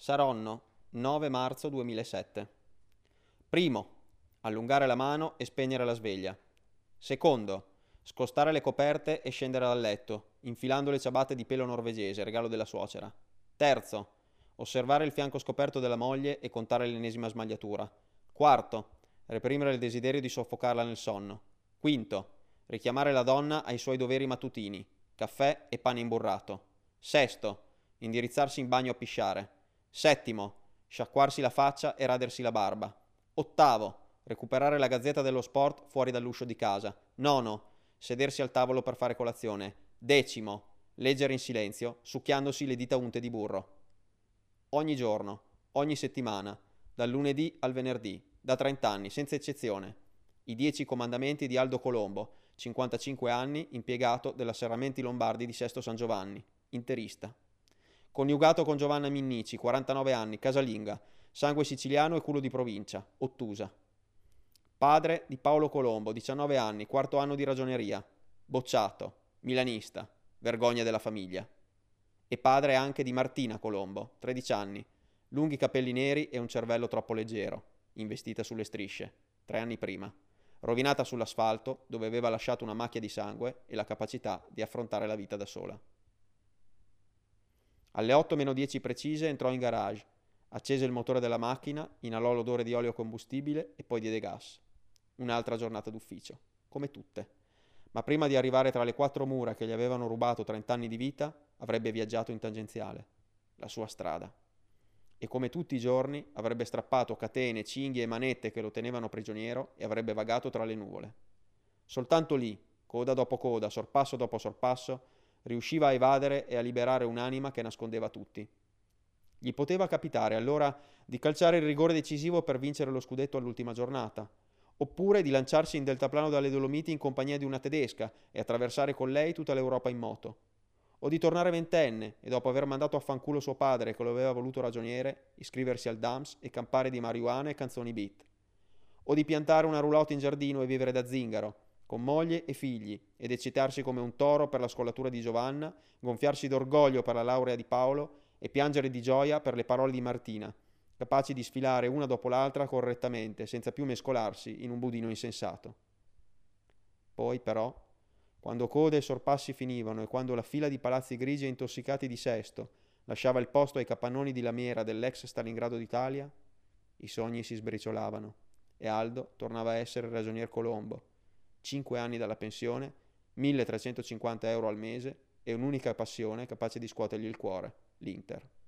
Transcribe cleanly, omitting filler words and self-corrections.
Saronno, 9 marzo 2007. Primo, allungare la mano e spegnere la sveglia. Secondo, scostare le coperte e scendere dal letto, infilando le ciabatte di pelo norvegese, regalo della suocera. Terzo, osservare il fianco scoperto della moglie e contare l'ennesima smagliatura. Quarto, reprimere il desiderio di soffocarla nel sonno. Quinto, richiamare la donna ai suoi doveri mattutini, caffè e pane imburrato. Sesto, indirizzarsi in bagno a pisciare. Settimo, sciacquarsi la faccia e radersi la barba. Ottavo, recuperare la gazzetta dello sport fuori dall'uscio di casa. Nono, sedersi al tavolo per fare colazione. Decimo, leggere in silenzio, succhiandosi le dita unte di burro. Ogni giorno, ogni settimana, dal lunedì al venerdì, da 30 anni, senza eccezione. I 10 comandamenti di Aldo Colombo, 55 anni, impiegato della Serramenti Lombardi di Sesto San Giovanni, interista. Coniugato con Giovanna Minnici, 49 anni, casalinga, sangue siciliano e culo di provincia, Ottusa. Padre di Paolo Colombo, 19 anni, quarto anno di ragioneria, bocciato, milanista, vergogna della famiglia. E padre anche di Martina Colombo, 13 anni, lunghi capelli neri e un cervello troppo leggero, investita sulle strisce, 3 anni prima, rovinata sull'asfalto dove aveva lasciato una macchia di sangue e la capacità di affrontare la vita da sola. Alle 8:10 precise entrò in garage, accese il motore della macchina, inalò l'odore di olio combustibile e poi diede gas. Un'altra giornata d'ufficio, come tutte. Ma prima di arrivare tra le 4 mura che gli avevano rubato 30 anni di vita, avrebbe viaggiato in tangenziale, la sua strada. E come tutti i giorni avrebbe strappato catene, cinghie e manette che lo tenevano prigioniero e avrebbe vagato tra le nuvole. Soltanto lì, coda dopo coda, sorpasso dopo sorpasso, riusciva a evadere e a liberare un'anima che nascondeva tutti. Gli poteva capitare allora di calciare il rigore decisivo per vincere lo scudetto all'ultima giornata, oppure di lanciarsi in deltaplano dalle Dolomiti in compagnia di una tedesca e attraversare con lei tutta l'Europa in moto, o di tornare ventenne e dopo aver mandato a fanculo suo padre che lo aveva voluto ragioniere, iscriversi al DAMS e campare di marijuana e canzoni beat, o di piantare una roulotte in giardino e vivere da zingaro, con moglie e figli, ed eccitarsi come un toro per la scollatura di Giovanna, gonfiarsi d'orgoglio per la laurea di Paolo e piangere di gioia per le parole di Martina, capaci di sfilare una dopo l'altra correttamente, senza più mescolarsi in un budino insensato. Poi, però, quando code e sorpassi finivano e quando la fila di palazzi grigi e intossicati di Sesto lasciava il posto ai capannoni di lamiera dell'ex Stalingrado d'Italia, i sogni si sbriciolavano e Aldo tornava a essere il ragionier Colombo, 5 anni dalla pensione, 1350 euro al mese e un'unica passione capace di scuotergli il cuore, l'Inter.